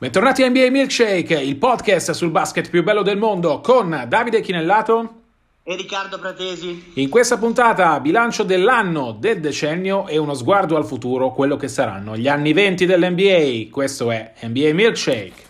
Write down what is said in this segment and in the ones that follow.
Bentornati a NBA Milkshake, il podcast sul basket più bello del mondo con Davide Chinellato e Riccardo Pratesi. In questa puntata bilancio dell'anno, del decennio e uno sguardo al futuro, quello che saranno gli anni 20 dell'NBA. Questo è NBA Milkshake.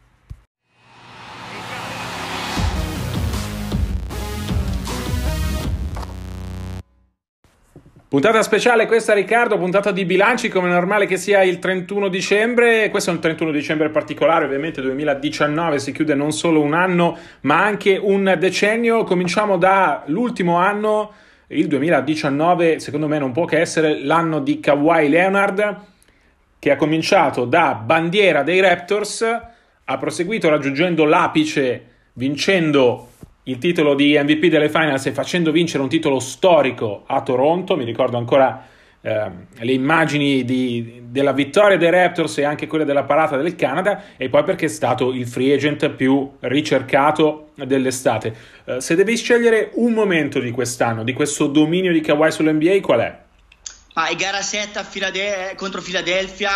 Puntata speciale questa, Riccardo, puntata di bilanci, come è normale che sia il 31 dicembre. Questo è un 31 dicembre particolare, ovviamente 2019, si chiude non solo un anno ma anche un decennio. Cominciamo dall'ultimo anno, il 2019, secondo me non può che essere l'anno di Kawhi Leonard, che ha cominciato da bandiera dei Raptors, ha proseguito raggiungendo l'apice, vincendo il titolo di MVP delle Finals e facendo vincere un titolo storico a Toronto. Mi ricordo ancora le immagini della vittoria dei Raptors e anche quelle della parata del Canada, e poi perché è stato il free agent più ricercato dell'estate. Se devi scegliere un momento di quest'anno, di questo dominio di Kawhi sull'NBA, qual è? Il gara 7 contro Philadelphia,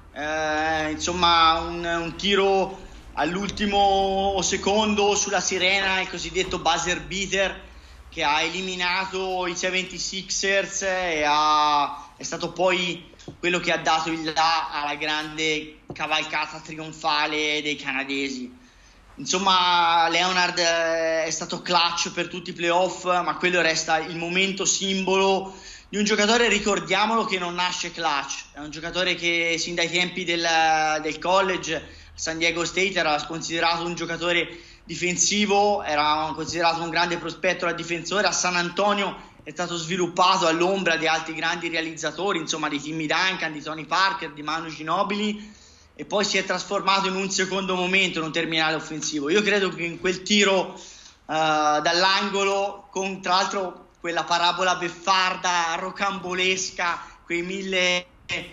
insomma un tiro all'ultimo secondo sulla sirena, il cosiddetto buzzer beater, che ha eliminato i 76ers e è stato poi quello che ha dato il là alla grande cavalcata trionfale dei canadesi. Insomma, Leonard è stato clutch per tutti i playoff, ma quello resta il momento simbolo di un giocatore, ricordiamolo, che non nasce clutch. È un giocatore che sin dai tempi del college San Diego State era considerato un giocatore difensivo, era considerato un grande prospetto da difensore. A San Antonio è stato sviluppato all'ombra di altri grandi realizzatori, insomma di Timmy Duncan, di Tony Parker, di Manu Ginobili, e poi si è trasformato in un secondo momento, in un terminale offensivo. Io credo che in quel tiro dall'angolo, con tra l'altro quella parabola beffarda, rocambolesca, quei 1000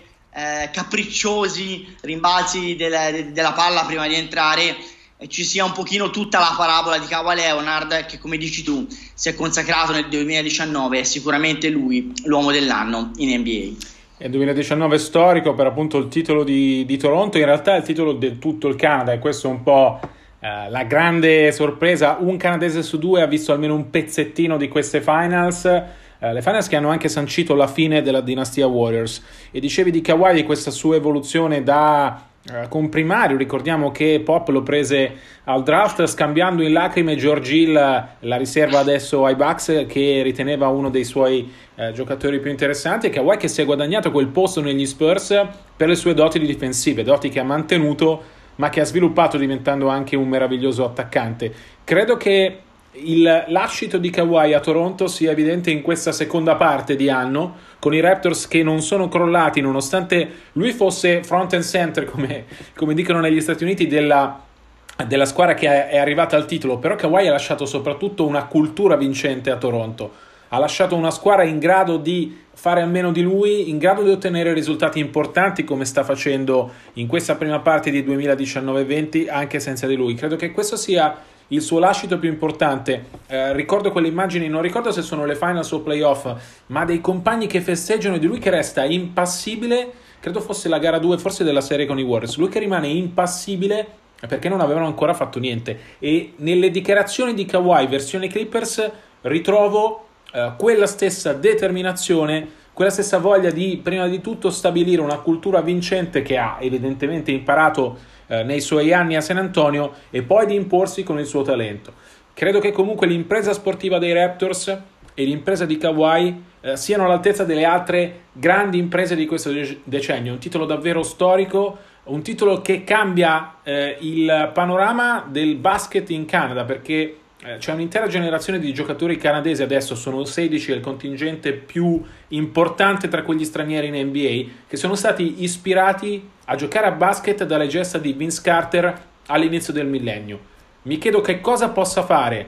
capricciosi rimbalzi della palla prima di entrare, ci sia un pochino tutta la parabola di Kawhi Leonard, che, come dici tu, si è consacrato nel 2019. È sicuramente lui l'uomo dell'anno in NBA. È il 2019 storico per appunto il titolo di Toronto, in realtà è il titolo di tutto il Canada, e questo è un po' la grande sorpresa. Un canadese su due ha visto almeno un pezzettino di queste finals. Le finals che hanno anche sancito la fine della dinastia Warriors. E dicevi di Kawhi, di questa sua evoluzione da comprimario. Ricordiamo che Pop lo prese al draft scambiando in lacrime George Hill, la riserva adesso ai Bucks, che riteneva uno dei suoi giocatori più interessanti, e Kawhi che si è guadagnato quel posto negli Spurs per le sue doti difensive, doti che ha mantenuto ma che ha sviluppato diventando anche un meraviglioso attaccante. Credo che il lascito di Kawhi a Toronto sia evidente in questa seconda parte di anno, con i Raptors che non sono crollati nonostante lui fosse front and center, come dicono negli Stati Uniti, della squadra che è arrivata al titolo. Però Kawhi ha lasciato soprattutto una cultura vincente a Toronto, ha lasciato una squadra in grado di fare a meno di lui, in grado di ottenere risultati importanti come sta facendo in questa prima parte di 2019-20 anche senza di lui. Credo che questo sia il suo lascito più importante. Ricordo quelle immagini, non ricordo se sono le finals o playoff, ma dei compagni che festeggiano, di lui che resta impassibile. Credo fosse la gara 2 forse della serie con i Warriors, lui che rimane impassibile perché non avevano ancora fatto niente. E nelle dichiarazioni di Kawhi versione Clippers ritrovo quella stessa determinazione, quella stessa voglia di prima di tutto stabilire una cultura vincente che ha evidentemente imparato nei suoi anni a San Antonio, e poi di imporsi con il suo talento. Credo che comunque l'impresa sportiva dei Raptors e l'impresa di Kawhi siano all'altezza delle altre grandi imprese di questo decennio. Un titolo davvero storico, un titolo che cambia il panorama del basket in Canada, perché c'è un'intera generazione di giocatori canadesi, adesso sono 16, è il contingente più importante tra quegli stranieri in NBA, che sono stati ispirati a giocare a basket dalle gesta di Vince Carter all'inizio del millennio. Mi chiedo che cosa possa fare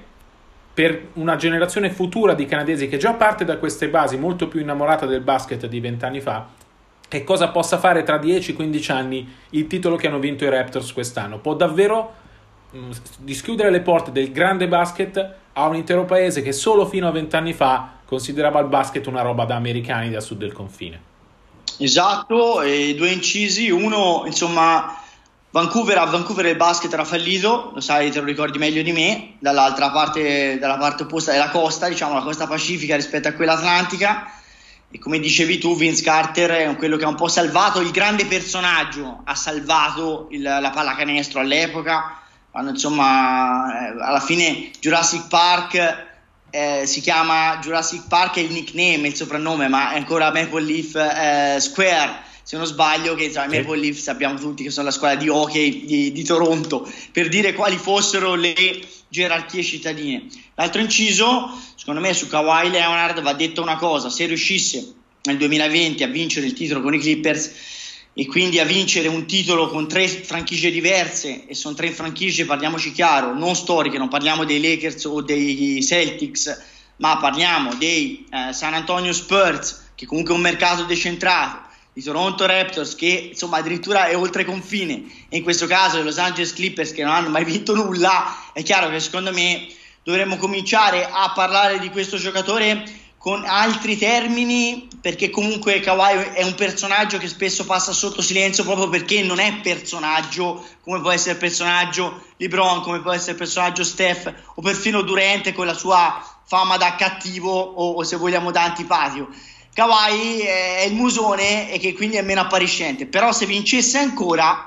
per una generazione futura di canadesi che già parte da queste basi molto più innamorata del basket di 20 anni fa, che cosa possa fare tra 10-15 anni il titolo che hanno vinto i Raptors quest'anno. Può davvero dischiudere le porte del grande basket a un intero paese che solo fino a 20 anni fa considerava il basket una roba da americani da sud del confine. Esatto, e due incisi. Uno, insomma, A Vancouver il basket era fallito, lo sai, te lo ricordi meglio di me, dalla parte opposta della costa, diciamo la costa pacifica rispetto a quella atlantica, e come dicevi tu Vince Carter è quello che ha un po' salvato, il grande personaggio, ha salvato la pallacanestro all'epoca, quando insomma alla fine Jurassic Park si chiama Jurassic Park, è il nickname, il soprannome, ma è ancora Maple Leaf Square, se non sbaglio, che insomma, Maple Leaf sappiamo tutti che sono la squadra di hockey di Toronto, per dire quali fossero le gerarchie cittadine. L'altro inciso, secondo me, su Kawhi Leonard va detto una cosa: se riuscisse nel 2020 a vincere il titolo con i Clippers e quindi a vincere un titolo con 3 franchigie diverse, e sono 3 franchigie, parliamoci chiaro, non storiche, non parliamo dei Lakers o dei Celtics, ma parliamo dei San Antonio Spurs, che comunque è un mercato decentrato, di Toronto Raptors, che insomma addirittura è oltre confine, e in questo caso i Los Angeles Clippers, che non hanno mai vinto nulla. È chiaro che secondo me dovremmo cominciare a parlare di questo giocatore con altri termini, perché comunque Kawhi è un personaggio che spesso passa sotto silenzio, proprio perché non è personaggio come può essere personaggio LeBron, come può essere personaggio Steph, o perfino Durant con la sua fama da cattivo o se vogliamo da antipatico. Kawhi è il musone e che quindi è meno appariscente, però se vincesse ancora...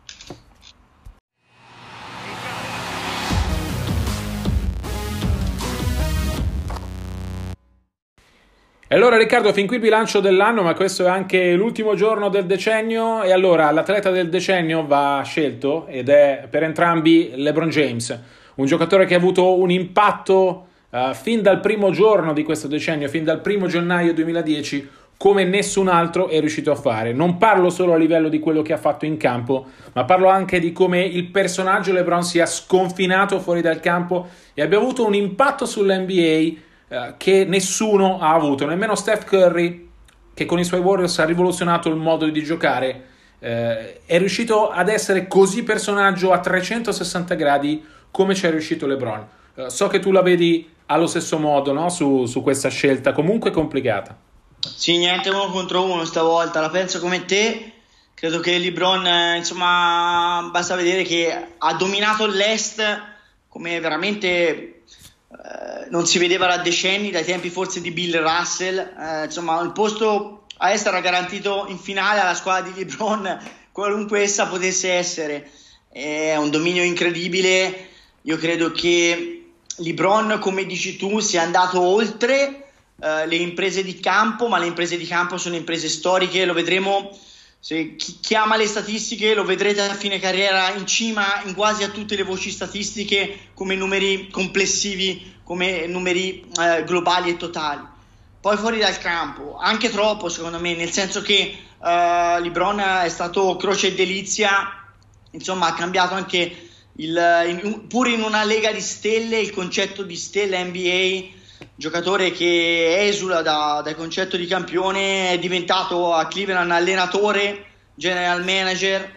E allora Riccardo, fin qui il bilancio dell'anno, ma questo è anche l'ultimo giorno del decennio, e allora l'atleta del decennio va scelto, ed è per entrambi LeBron James, un giocatore che ha avuto un impatto fin dal primo giorno di questo decennio, fin dal 1 gennaio 2010, come nessun altro è riuscito a fare. Non parlo solo a livello di quello che ha fatto in campo, ma parlo anche di come il personaggio LeBron sia sconfinato fuori dal campo e abbia avuto un impatto sull'NBA che nessuno ha avuto, nemmeno Steph Curry, che con i suoi Warriors ha rivoluzionato il modo di giocare, è riuscito ad essere così personaggio a 360 gradi come ci è riuscito LeBron. So che tu la vedi allo stesso modo, no? Su questa scelta comunque complicata. Sì, niente 1 contro 1 stavolta, la penso come te. Credo che LeBron, insomma, basta vedere che ha dominato l'Est come veramente non si vedeva da decenni, dai tempi forse di Bill Russell. Insomma, il posto a Est era garantito in finale alla squadra di LeBron, qualunque essa potesse essere. È un dominio incredibile. Io credo che LeBron, come dici tu, sia andato oltre le imprese di campo, ma le imprese di campo sono imprese storiche, lo vedremo. Se chi ama le statistiche lo vedrete a fine carriera in cima in quasi a tutte le voci statistiche, come numeri complessivi, come numeri globali e totali. Poi fuori dal campo, anche troppo secondo me, nel senso che LeBron è stato croce e delizia, insomma ha cambiato anche pur in una lega di stelle, il concetto di stella NBA. Giocatore che esula dal concetto di campione, è diventato a Cleveland allenatore, general manager,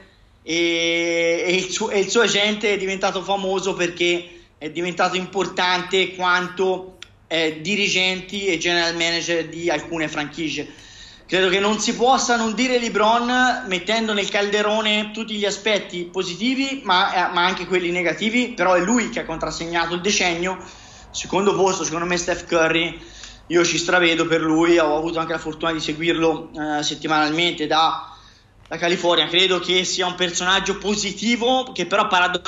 e il suo agente è diventato famoso perché è diventato importante quanto dirigenti e general manager di alcune franchigie. Credo che non si possa non dire LeBron, mettendo nel calderone tutti gli aspetti positivi ma anche quelli negativi, però è lui che ha contrassegnato il decennio. Secondo posto, secondo me, Steph Curry, io ci stravedo per lui, ho avuto anche la fortuna di seguirlo settimanalmente da California. Credo che sia un personaggio positivo, che però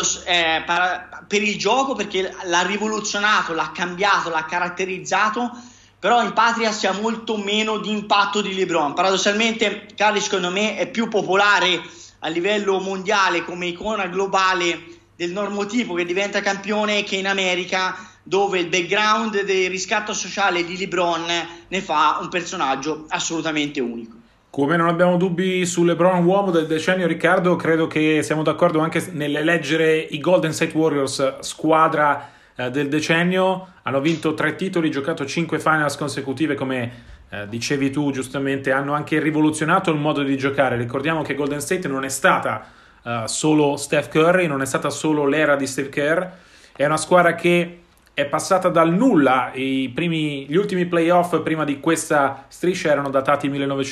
per il gioco, perché l'ha rivoluzionato, l'ha cambiato, l'ha caratterizzato, però in patria si ha molto meno di impatto di LeBron. Paradossalmente Curry secondo me è più popolare a livello mondiale come icona globale del normotipo che diventa campione che in America, dove il background del riscatto sociale di LeBron ne fa un personaggio assolutamente unico. Come non abbiamo dubbi su LeBron uomo del decennio, Riccardo, credo che siamo d'accordo anche nell'eleggere i Golden State Warriors squadra del decennio. Hanno vinto 3 titoli, giocato 5 finals consecutive, come dicevi tu giustamente, hanno anche rivoluzionato il modo di giocare. Ricordiamo che Golden State non è stata solo Steph Curry, non è stata solo l'era di Steve Kerr, è una squadra che è passata dal nulla. Gli ultimi playoff prima di questa striscia erano datati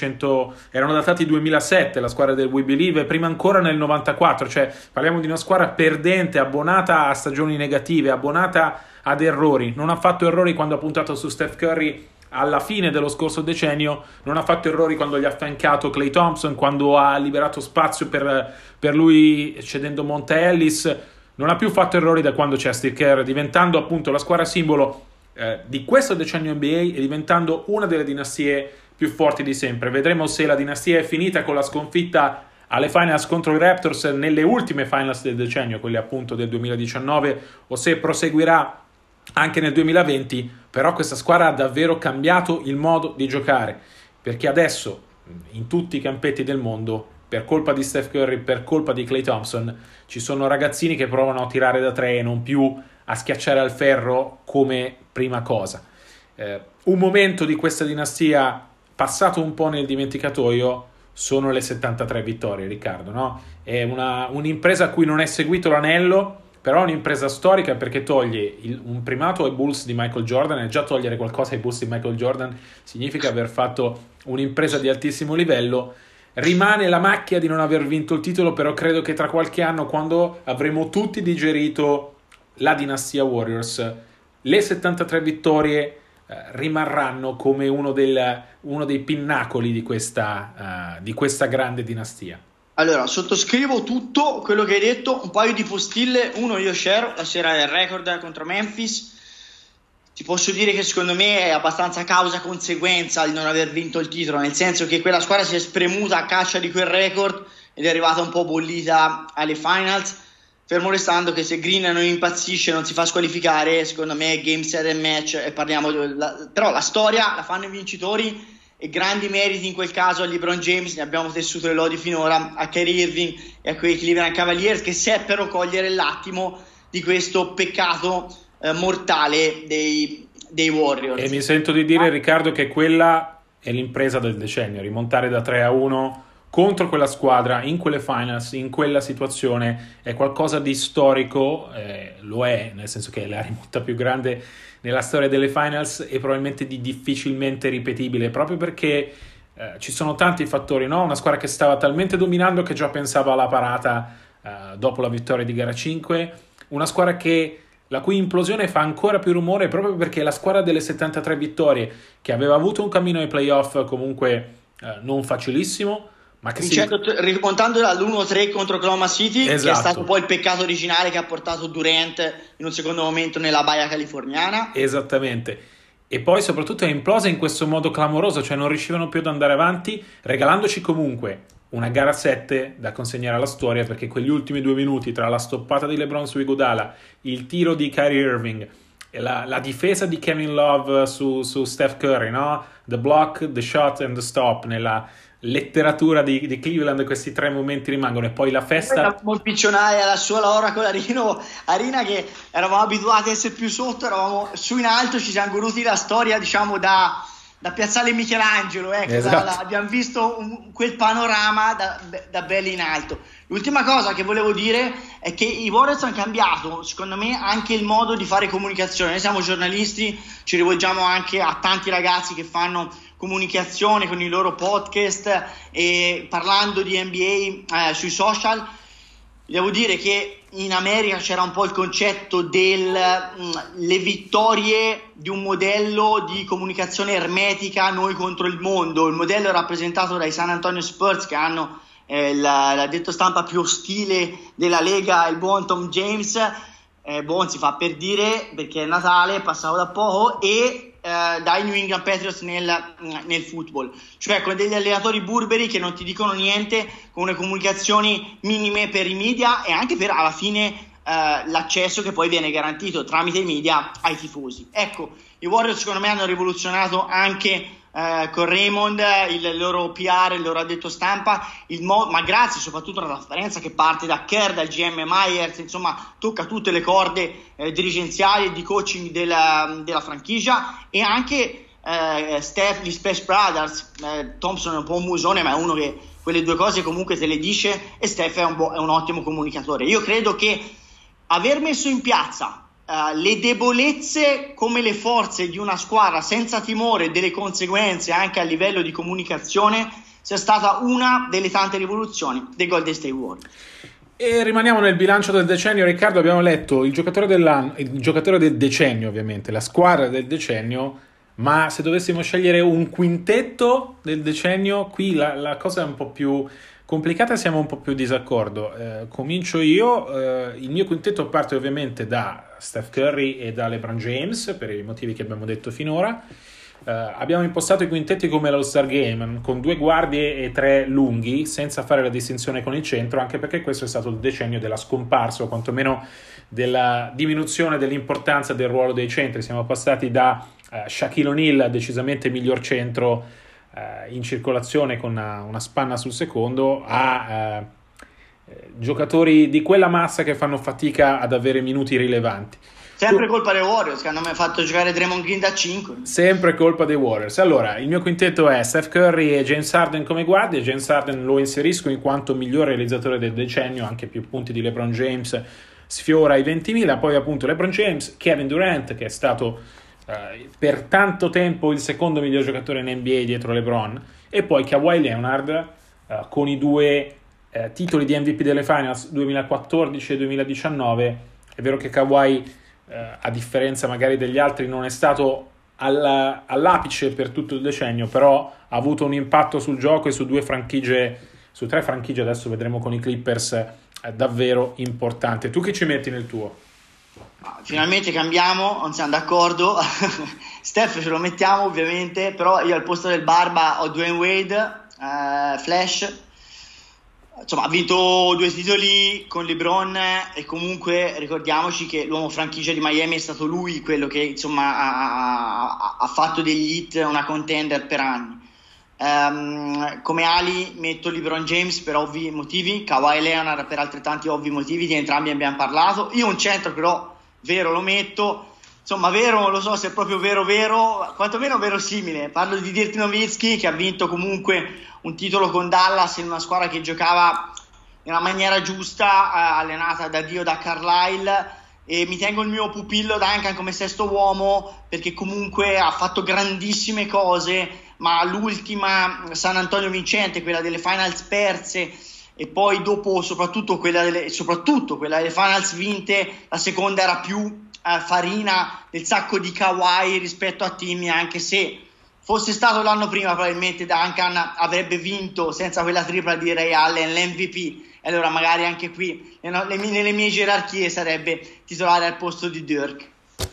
2007, la squadra del We Believe, prima ancora nel 94, cioè parliamo di una squadra perdente, abbonata a stagioni negative, abbonata ad errori. Non ha fatto errori quando ha puntato su Steph Curry alla fine dello scorso decennio, non ha fatto errori quando gli ha affiancato Klay Thompson, quando ha liberato spazio per lui cedendo Monte Ellis. Non ha più fatto errori da quando c'è Steve Kerr, diventando appunto la squadra simbolo di questo decennio NBA e diventando una delle dinastie più forti di sempre. Vedremo se la dinastia è finita con la sconfitta alle finals contro i Raptors nelle ultime finals del decennio, quelle appunto del 2019, o se proseguirà anche nel 2020. Però questa squadra ha davvero cambiato il modo di giocare, perché adesso in tutti i campetti del mondo, per colpa di Steph Curry, per colpa di Klay Thompson, ci sono ragazzini che provano a tirare da tre e non più a schiacciare al ferro come prima cosa. Un momento di questa dinastia passato un po' nel dimenticatoio sono le 73 vittorie, Riccardo, no? È un'impresa a cui non è seguito l'anello, però è un'impresa storica perché toglie un primato ai Bulls di Michael Jordan, e già togliere qualcosa ai Bulls di Michael Jordan significa aver fatto un'impresa di altissimo livello. Rimane la macchia di non aver vinto il titolo, però credo che tra qualche anno, quando avremo tutti digerito la dinastia Warriors, le 73 vittorie rimarranno come uno dei pinnacoli di questa grande dinastia. Allora, sottoscrivo tutto quello che hai detto, un paio di postille. Uno, io share la sera del record contro Memphis. Ti posso dire che secondo me è abbastanza causa-conseguenza il non aver vinto il titolo, nel senso che quella squadra si è spremuta a caccia di quel record ed è arrivata un po' bollita alle finals, fermo restando che se Green non impazzisce, non si fa squalificare, secondo me Game 7 match, e però la storia la fanno i vincitori, e grandi meriti in quel caso a LeBron James, ne abbiamo tessuto le lodi finora, a Kyrie Irving e a quei Cleveland Cavaliers che seppero cogliere l'attimo di questo peccato mortale dei Warriors. E mi sento di dire, Riccardo, che quella è l'impresa del decennio, rimontare da 3-1 contro quella squadra in quelle finals, in quella situazione, è qualcosa di storico, lo è, nel senso che è la rimonta più grande nella storia delle finals e probabilmente di difficilmente ripetibile, proprio perché ci sono tanti fattori, no? Una squadra che stava talmente dominando che già pensava alla parata dopo la vittoria di gara 5, una squadra la cui implosione fa ancora più rumore proprio perché la squadra delle 73 vittorie, che aveva avuto un cammino ai playoff comunque non facilissimo, ma che rimontando dall'1-3 contro Oklahoma City, esatto, che è stato poi il peccato originale che ha portato Durant in un secondo momento nella baia californiana. Esattamente. E poi soprattutto è implosa in questo modo clamoroso, cioè non riuscivano più ad andare avanti, regalandoci comunque una gara 7 da consegnare alla storia, perché quegli ultimi 2 minuti tra la stoppata di LeBron su Iguodala, il tiro di Kyrie Irving e la difesa di Kevin Love su Steph Curry, no? The block, the shot and the stop, nella letteratura di Cleveland questi 3 momenti rimangono, e poi la festa. Poi piccionare alla sua Laura con Arina, che eravamo abituati a essere più sotto, eravamo su in alto, ci siamo goduti la storia, diciamo, da Piazzale Michelangelo, ecco, esatto. Abbiamo visto quel panorama da belli in alto. L'ultima cosa che volevo dire è che i Warriors hanno cambiato, secondo me, anche il modo di fare comunicazione. Noi siamo giornalisti, ci rivolgiamo anche a tanti ragazzi che fanno comunicazione con i loro podcast e parlando di NBA sui social. Devo dire che in America c'era un po' il concetto le vittorie di un modello di comunicazione ermetica, noi contro il mondo. Il modello è rappresentato dai San Antonio Spurs, che hanno l'addetto stampa più ostile della Lega, il buon Tom James, buon si fa per dire perché è Natale, passavo da poco, e dai New England Patriots nel football, cioè con degli allenatori burberi che non ti dicono niente, con le comunicazioni minime per i media e anche per alla fine l'accesso che poi viene garantito tramite i media ai tifosi. Ecco, i Warriors secondo me hanno rivoluzionato anche con Raymond il loro PR, il loro addetto stampa, ma grazie soprattutto alla trasparenza che parte da Kerr, dal GM Myers, insomma tocca tutte le corde dirigenziali e di coaching della franchigia, e anche gli Splash Brothers. Thompson è un po' un musone, ma è uno che quelle due cose comunque te le dice, e Steph è un ottimo comunicatore. Io credo che aver messo in piazza le debolezze come le forze di una squadra senza timore delle conseguenze anche a livello di comunicazione sia stata una delle tante rivoluzioni dei Golden State Warriors. E rimaniamo nel bilancio del decennio, Riccardo. Abbiamo letto il giocatore dell'anno, il giocatore del decennio, ovviamente, la squadra del decennio, ma se dovessimo scegliere un quintetto del decennio, qui la cosa è un po' più complicata, siamo un po' più disaccordo. Comincio io. Il mio quintetto parte ovviamente da Steph Curry e da LeBron James, per i motivi che abbiamo detto finora. Abbiamo impostato i quintetti come l'All-Star Game, con 2 guardie e 3 lunghi, senza fare la distinzione con il centro, anche perché questo è stato il decennio della scomparsa, o quantomeno della diminuzione dell'importanza del ruolo dei centri. Siamo passati da Shaquille O'Neal, decisamente miglior centro in circolazione con una spanna sul secondo, a giocatori di quella massa che fanno fatica ad avere minuti rilevanti. Sempre colpa dei Warriors, che hanno fatto giocare Draymond Green da 5. Sempre colpa dei Warriors. Allora, il mio quintetto è Steph Curry e James Harden come guardie. James Harden lo inserisco in quanto miglior realizzatore del decennio, anche più punti di LeBron James, sfiora i 20.000. Poi appunto LeBron James, Kevin Durant, che è stato per tanto tempo il secondo miglior giocatore in NBA dietro LeBron, e poi Kawhi Leonard con i 2 titoli di MVP delle Finals 2014 e 2019. È vero che Kawhi, a differenza magari degli altri, non è stato all'apice per tutto il decennio, però ha avuto un impatto sul gioco e su 3 franchigie, adesso vedremo con i Clippers, davvero importante. Tu che ci metti nel tuo? Finalmente cambiamo, non siamo d'accordo. Steph ce lo mettiamo ovviamente, però io al posto del Barba ho Dwayne Wade, Flash. Insomma, ha vinto 2 titoli con LeBron, e comunque ricordiamoci che l'uomo franchigia di Miami è stato lui quello che insomma ha fatto degli hit una contender per anni. Come ali metto LeBron James per ovvi motivi, Kawhi Leonard per altrettanti ovvi motivi, di entrambi abbiamo parlato. Io un centro però vero lo metto, insomma vero non lo so se è proprio vero, quantomeno verosimile. Parlo di Dirk Nowitzki, che ha vinto comunque un titolo con Dallas in una squadra che giocava nella maniera giusta, allenata da Dio, da Carlisle, e mi tengo il mio pupillo Duncan come sesto uomo, perché comunque ha fatto grandissime cose, ma l'ultima San Antonio vincente, quella delle finals perse, e poi dopo soprattutto quella delle finals vinte, la seconda era più farina del sacco di Kawhi rispetto a Timmy, anche se fosse stato l'anno prima probabilmente Duncan avrebbe vinto senza quella tripla di Ray Allen l'MVP, e allora magari anche qui nelle mie gerarchie sarebbe titolare al posto di Dirk.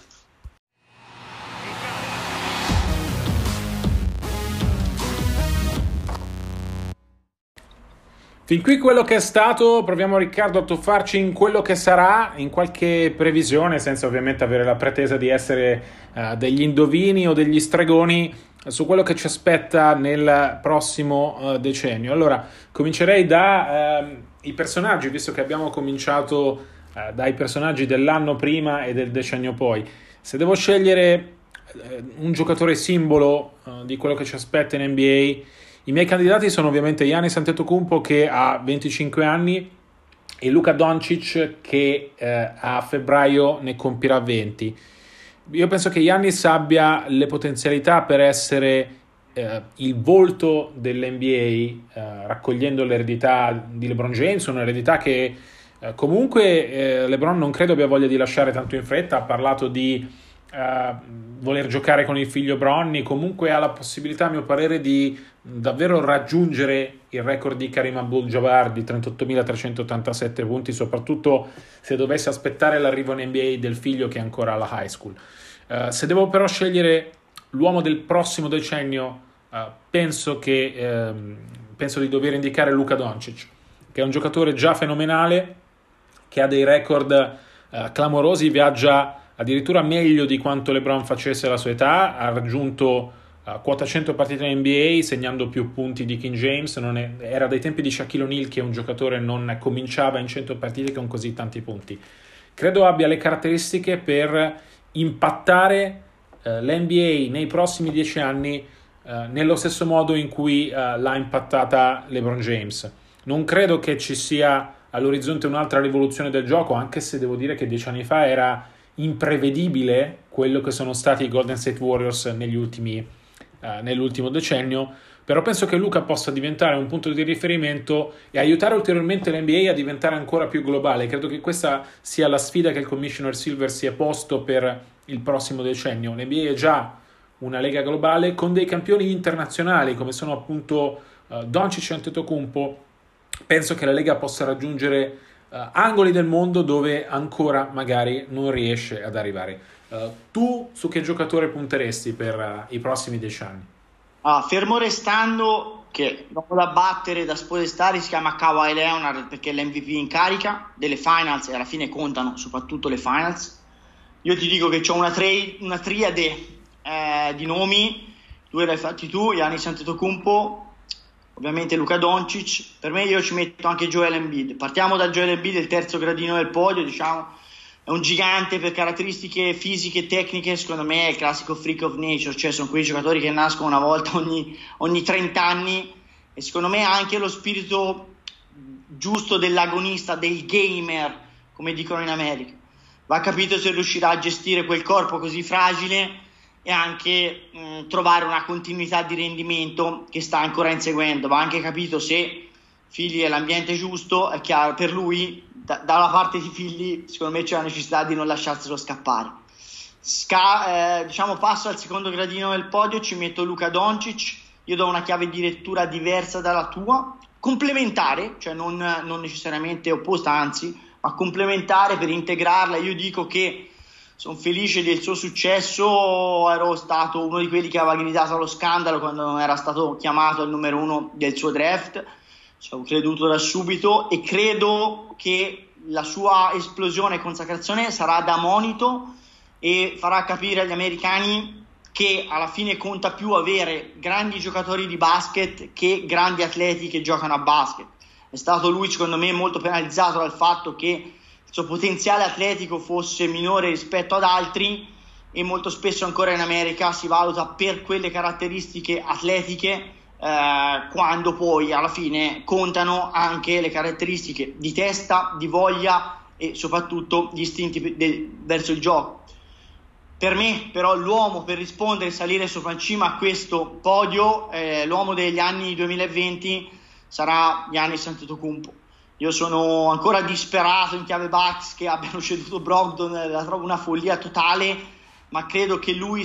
Fin qui quello che è stato. Proviamo, Riccardo, a tuffarci in quello che sarà, in qualche previsione, senza ovviamente avere la pretesa di essere degli indovini o degli stregoni, su quello che ci aspetta nel prossimo decennio. Allora, comincerei dai personaggi, visto che abbiamo cominciato dai personaggi dell'anno prima e del decennio poi. Se devo scegliere un giocatore simbolo di quello che ci aspetta in NBA, i miei candidati sono ovviamente Giannis Antetokounmpo, che ha 25 anni, e Luka Doncic, che a febbraio ne compirà 20. Io penso che Giannis abbia le potenzialità per essere il volto dell'NBA, raccogliendo l'eredità di LeBron James, un'eredità che comunque LeBron non credo abbia voglia di lasciare tanto in fretta. Ha parlato di voler giocare con il figlio Bronny, comunque ha la possibilità, a mio parere, di davvero raggiungere il record di Kareem Abdul-Jabbar di 38.387 punti, soprattutto se dovesse aspettare l'arrivo in NBA del figlio, che è ancora alla high school. Se devo però scegliere l'uomo del prossimo decennio, penso di dover indicare Luka Doncic, che è un giocatore già fenomenale, che ha dei record clamorosi, viaggia addirittura meglio di quanto LeBron facesse alla sua età, ha raggiunto quota 100 partite in NBA, segnando più punti di King James. Era dai tempi di Shaquille O'Neal che un giocatore non cominciava in 100 partite con così tanti punti. Credo abbia le caratteristiche per impattare l'NBA nei prossimi 10 anni nello stesso modo in cui l'ha impattata LeBron James. Non credo che ci sia all'orizzonte un'altra rivoluzione del gioco, anche se devo dire che 10 anni fa era imprevedibile quello che sono stati i Golden State Warriors nell'ultimo decennio, però penso che Luka possa diventare un punto di riferimento e aiutare ulteriormente l'NBA a diventare ancora più globale. Credo che questa sia la sfida che il Commissioner Silver si è posto per il prossimo decennio. L'NBA è già una lega globale con dei campioni internazionali come sono appunto Doncic e Antetokounmpo. Penso che la lega possa raggiungere angoli del mondo dove ancora magari non riesce ad arrivare. Tu su che giocatore punteresti per i prossimi 10 anni? Fermo restando che dopo da battere, da spodestare, si chiama Kawhi Leonard perché è l'MVP in carica delle finals e alla fine contano soprattutto le finals. Io ti dico che c'ho una triade di nomi, due l'hai fatti tu, Giannis Antetokounmpo, ovviamente Luka Doncic. Per me io ci metto anche Joel Embiid. Partiamo da Joel Embiid, il terzo gradino del podio, diciamo. È un gigante per caratteristiche fisiche e tecniche, secondo me è il classico freak of nature, cioè sono quei giocatori che nascono una volta ogni 30 anni e secondo me ha anche lo spirito giusto dell'agonista, del gamer, come dicono in America. Va capito se riuscirà a gestire quel corpo così fragile e anche trovare una continuità di rendimento che sta ancora inseguendo. Va anche capito se Figli è l'ambiente giusto, è chiaro, per lui dalla parte di Figli secondo me c'è la necessità di non lasciarselo scappare. Diciamo passo al secondo gradino del podio, ci metto Luka Doncic. Io do una chiave di lettura diversa dalla tua, complementare, cioè non necessariamente opposta, anzi, ma complementare per integrarla. Io dico che sono felice del suo successo, ero stato uno di quelli che aveva gridato allo scandalo quando non era stato chiamato al numero 1 del suo draft. Ci ho creduto da subito e credo che la sua esplosione e consacrazione sarà da monito e farà capire agli americani che alla fine conta più avere grandi giocatori di basket che grandi atleti che giocano a basket. È stato lui secondo me molto penalizzato dal fatto che il suo potenziale atletico fosse minore rispetto ad altri e molto spesso ancora in America si valuta per quelle caratteristiche atletiche quando poi alla fine contano anche le caratteristiche di testa, di voglia e soprattutto gli istinti verso il gioco. Per me però l'uomo per rispondere e salire sopra in cima a questo podio, l'uomo degli anni 2020 sarà Giannis Antetokounmpo. Io sono ancora disperato in chiave Bucks che abbiano ceduto Brogdon, la trovo una follia totale, ma credo che lui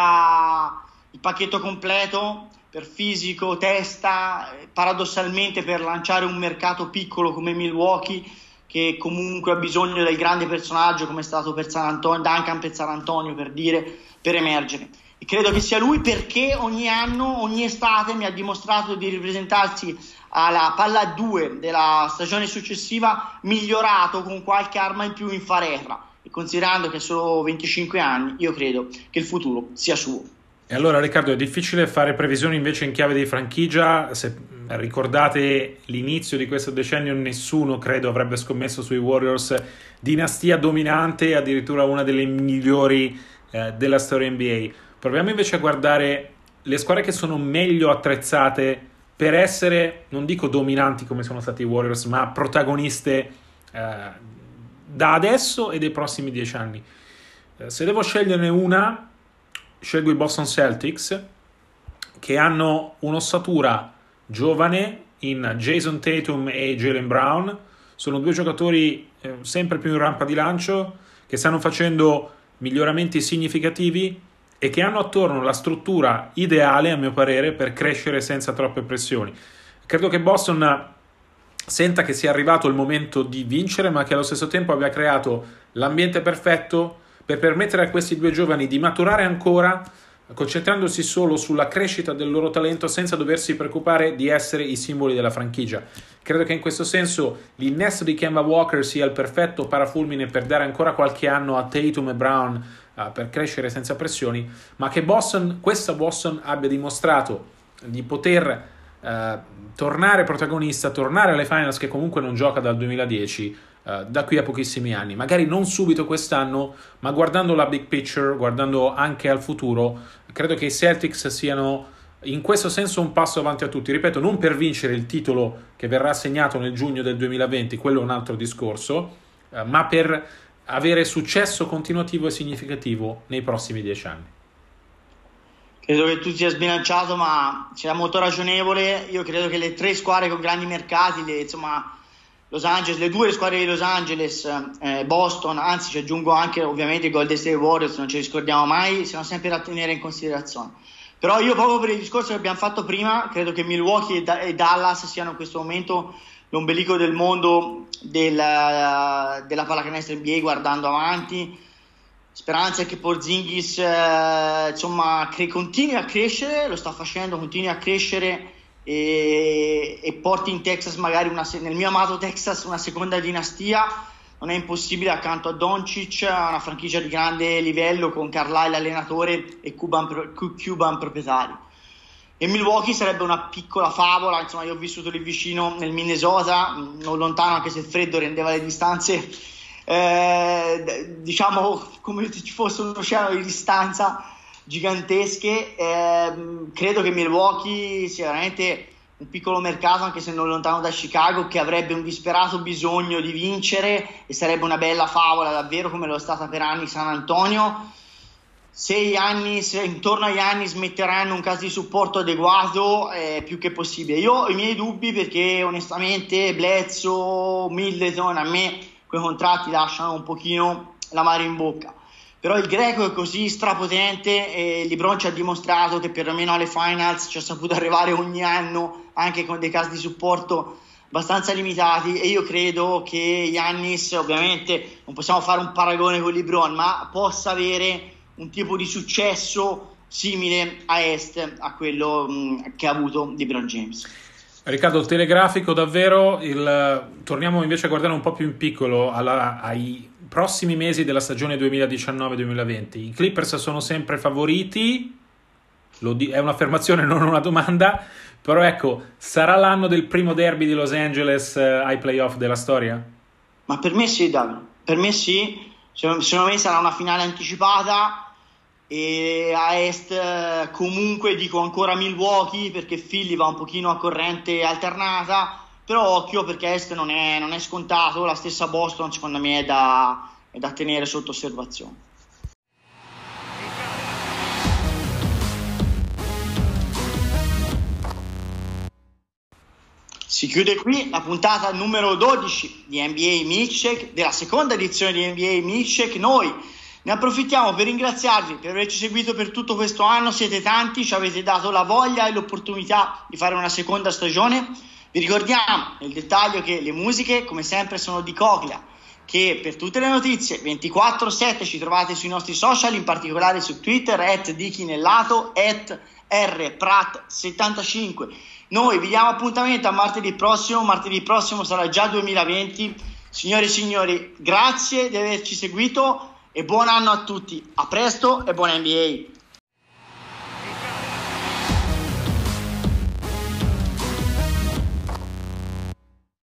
sia il pacchetto completo per fisico, testa, paradossalmente per lanciare un mercato piccolo come Milwaukee che comunque ha bisogno del grande personaggio come è stato per San Antonio, Duncan per San Antonio per dire, per emergere. E credo che sia lui perché ogni anno, ogni estate mi ha dimostrato di ripresentarsi alla palla 2 della stagione successiva migliorato con qualche arma in più in faretra e considerando che ha solo 25 anni io credo che il futuro sia suo. E allora Riccardo è difficile fare previsioni invece in chiave di franchigia. Se ricordate l'inizio di questo decennio nessuno credo avrebbe scommesso sui Warriors, dinastia dominante, addirittura una delle migliori della storia NBA. Proviamo invece a guardare le squadre che sono meglio attrezzate per essere, non dico dominanti come sono stati i Warriors, ma protagoniste da adesso e dei prossimi 10 anni. Se devo sceglierne una, scelgo i Boston Celtics, che hanno un'ossatura giovane in Jason Tatum e Jaylen Brown. Sono due giocatori sempre più in rampa di lancio, che stanno facendo miglioramenti significativi e che hanno attorno la struttura ideale, a mio parere, per crescere senza troppe pressioni. Credo che Boston senta che sia arrivato il momento di vincere, ma che allo stesso tempo abbia creato l'ambiente perfetto per permettere a questi due giovani di maturare ancora, concentrandosi solo sulla crescita del loro talento senza doversi preoccupare di essere i simboli della franchigia. Credo che in questo senso l'innesto di Kemba Walker sia il perfetto parafulmine per dare ancora qualche anno a Tatum e Brown per crescere senza pressioni, ma che questa Boston abbia dimostrato di poter tornare protagonista, tornare alle finals, che comunque non gioca dal 2010, da qui a pochissimi anni, magari non subito quest'anno, ma guardando la big picture, guardando anche al futuro, credo che i Celtics siano in questo senso un passo avanti a tutti. Ripeto, non per vincere il titolo che verrà assegnato nel giugno del 2020, quello è un altro discorso, ma per avere successo continuativo e significativo nei prossimi 10 anni? Credo che tu sia sbilanciato, ma sia molto ragionevole. Io credo che le 3 squadre con grandi mercati, Los Angeles, le 2 squadre di Los Angeles, Boston, anzi ci aggiungo anche ovviamente i Golden State Warriors, non ci riscordiamo mai, siano sempre da tenere in considerazione. Però io, proprio per il discorso che abbiamo fatto prima, credo che Milwaukee e Dallas siano in questo momento l'ombelico del mondo della pallacanestro NBA, guardando avanti. Speranza è che Porzingis continui a crescere, lo sta facendo, continui a crescere e porti in Texas magari nel mio amato Texas una seconda dinastia. Non è impossibile accanto a Doncic, una franchigia di grande livello con Carlisle allenatore e Cuban proprietario. E Milwaukee sarebbe una piccola favola, insomma io ho vissuto lì vicino nel Minnesota, non lontano anche se il freddo rendeva le distanze come se ci fosse un oceano di distanza gigantesche. Credo che Milwaukee sia veramente un piccolo mercato, anche se non lontano da Chicago, che avrebbe un disperato bisogno di vincere e sarebbe una bella favola davvero, come lo è stata per anni San Antonio. Se intorno agli anni smetteranno un caso di supporto adeguato, è più che possibile. Io ho i miei dubbi perché onestamente Bledsoe, Middleton, a me quei contratti lasciano un pochino l'amaro in bocca. Però il greco è così strapotente e LeBron ci ha dimostrato che perlomeno alle finals ci ha saputo arrivare ogni anno, anche con dei casi di supporto abbastanza limitati, e io credo che Giannis, ovviamente non possiamo fare un paragone con LeBron, ma possa avere un tipo di successo simile a Est a quello che ha avuto LeBron James. Riccardo, il telegrafico davvero, torniamo invece a guardare un po' più in piccolo ai prossimi mesi della stagione 2019-2020. I Clippers sono sempre favoriti, è un'affermazione non una domanda, però ecco, sarà l'anno del primo derby di Los Angeles ai playoff della storia? Ma per me sì, Davide, per me sì, secondo me sarà una finale anticipata. E a Est comunque dico ancora Milwaukee, perché Philly va un pochino a corrente alternata, però occhio perché Est non è scontato. La stessa Boston secondo me è da tenere sotto osservazione. Si chiude qui la puntata numero 12 di NBA Milkshake, della seconda edizione di NBA Milkshake. Noi ne approfittiamo per ringraziarvi per averci seguito per tutto questo anno, siete tanti, ci avete dato la voglia e l'opportunità di fare una seconda stagione. Vi ricordiamo nel dettaglio che le musiche, come sempre, sono di Coclea, che per tutte le notizie 24/7 ci trovate sui nostri social, in particolare su Twitter, @dichinellato, @rprat75. Noi vi diamo appuntamento a martedì prossimo sarà già 2020. Signore e signori, grazie di averci seguito e buon anno a tutti, a presto e buona NBA.